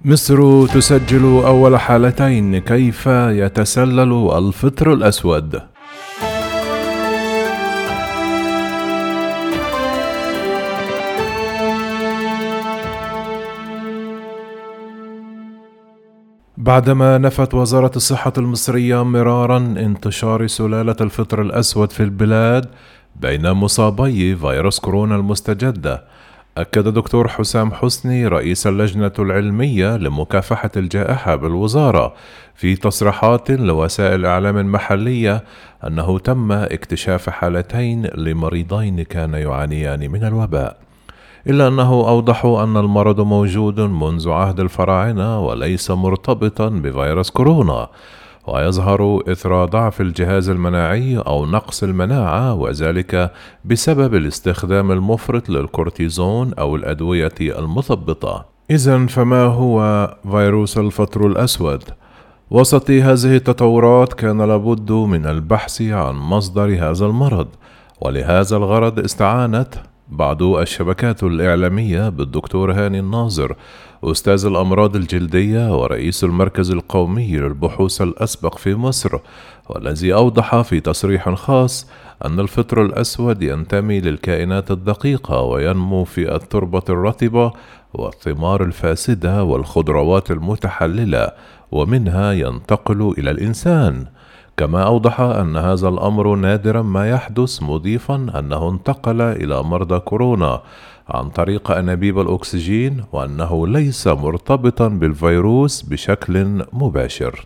مصر تسجل أول حالتين. كيف يتسلل الفطر الأسود؟ بعدما نفت وزارة الصحة المصرية مرارا انتشار سلالة الفطر الأسود في البلاد بين مصابي فيروس كورونا المستجدة، أكد دكتور حسام حسني رئيس اللجنة العلمية لمكافحة الجائحة بالوزارة في تصريحات لوسائل الإعلام محلية أنه تم اكتشاف حالتين لمريضين كان يعانيان من الوباء، إلا أنه أوضحوا أن المرض موجود منذ عهد الفراعنة وليس مرتبطا بفيروس كورونا، ويظهر إثر ضعف الجهاز المناعي أو نقص المناعة، وذلك بسبب الاستخدام المفرط للكورتيزون أو الأدوية المثبطة. إذن فما هو فيروس الفطر الأسود؟ وسط هذه التطورات كان لابد من البحث عن مصدر هذا المرض، ولهذا الغرض استعانت بعض الشبكات الإعلامية بالدكتور هاني الناظر أستاذ الأمراض الجلدية ورئيس المركز القومي للبحوث الأسبق في مصر، والذي أوضح في تصريح خاص أن الفطر الأسود ينتمي للكائنات الدقيقة وينمو في التربة الرطبة والثمار الفاسدة والخضروات المتحللة، ومنها ينتقل إلى الإنسان. كما أوضح أن هذا الأمر نادرا ما يحدث، مضيفا أنه انتقل إلى مرضى كورونا عن طريق أنابيب الأكسجين، وأنه ليس مرتبطا بالفيروس بشكل مباشر.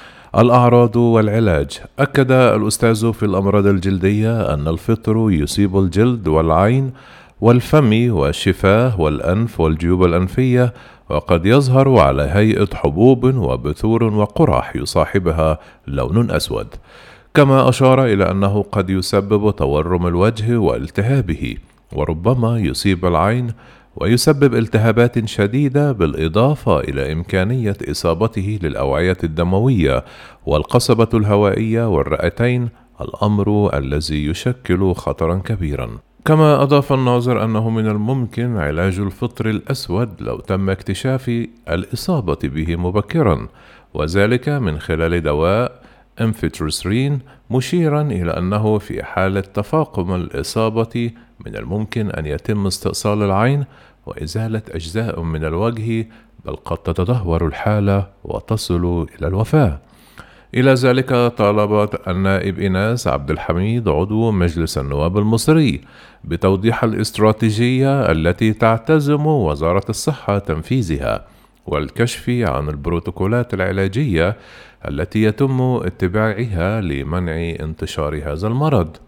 الأعراض والعلاج. أكد الأستاذ في الأمراض الجلدية أن الفطر يصيب الجلد والعين والفم والشفاه والأنف والجيوب الأنفية، وقد يظهر على هيئة حبوب وبثور وقرح يصاحبها لون أسود. كما أشار إلى أنه قد يسبب تورم الوجه والتهابه، وربما يصيب العين ويسبب التهابات شديدة، بالإضافة إلى إمكانية إصابته للأوعية الدموية والقصبة الهوائية والرئتين، الأمر الذي يشكل خطرا كبيرا. كما أضاف الناظر أنه من الممكن علاج الفطر الأسود لو تم اكتشاف الإصابة به مبكرا، وذلك من خلال دواء أمفيتريسين، مشيرا إلى أنه في حالة تفاقم الإصابة من الممكن أن يتم استئصال العين وإزالة أجزاء من الوجه، بل قد تتدهور الحالة وتصل إلى الوفاة. إلى ذلك طالبت النائب إيناس عبد الحميد عضو مجلس النواب المصري بتوضيح الاستراتيجية التي تعتزم وزارة الصحة تنفيذها، والكشف عن البروتوكولات العلاجية التي يتم اتباعها لمنع انتشار هذا المرض.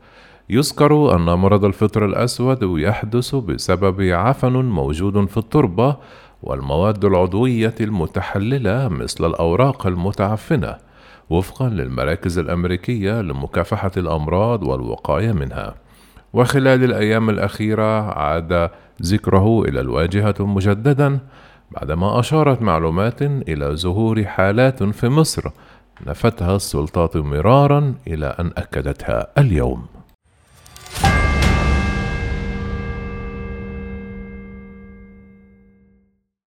يذكر أن مرض الفطر الأسود يحدث بسبب عفن موجود في التربة والمواد العضوية المتحللة مثل الأوراق المتعفنة، وفقا للمراكز الأمريكية لمكافحة الأمراض والوقاية منها. وخلال الأيام الأخيرة عاد ذكره إلى الواجهة مجددا، بعدما أشارت معلومات إلى ظهور حالات في مصر نفتها السلطات مرارا إلى أن أكدتها اليوم.